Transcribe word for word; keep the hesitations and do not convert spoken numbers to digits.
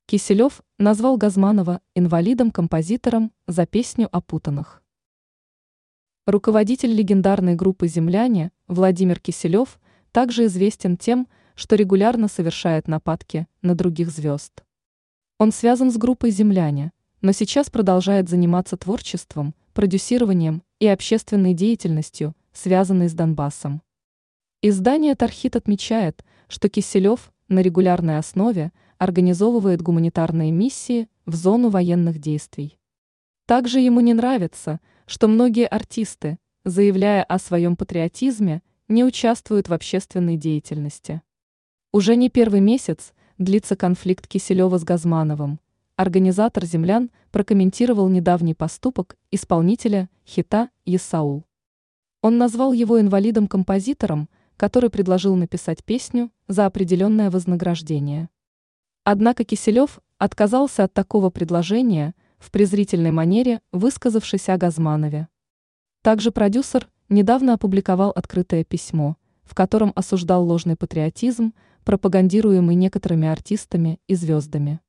Киселев назвал Газманова инвалидом-композитором за песню о путанах. Руководитель легендарной группы «Земляне» Владимир Киселев также известен тем, что регулярно совершает нападки на других звезд. Он связан с группой «Земляне», но сейчас продолжает заниматься творчеством, продюсированием и общественной деятельностью, связанной с Донбассом. Издание «Торхит» отмечает, что Киселев на регулярной основе организовывает гуманитарные миссии в зону военных действий. Также ему не нравится, что многие артисты, заявляя о своем патриотизме, не участвуют в общественной деятельности. Уже не первый месяц длится конфликт Киселева с Газмановым. Организатор «Землян» прокомментировал недавний поступок исполнителя хита «Есаул». Он назвал его инвалидом-композитором, который предложил написать песню за определенное вознаграждение. Однако Киселев отказался от такого предложения, в презрительной манере высказавшись о Газманове. Также продюсер недавно опубликовал открытое письмо, в котором осуждал ложный патриотизм, пропагандируемый некоторыми артистами и звездами.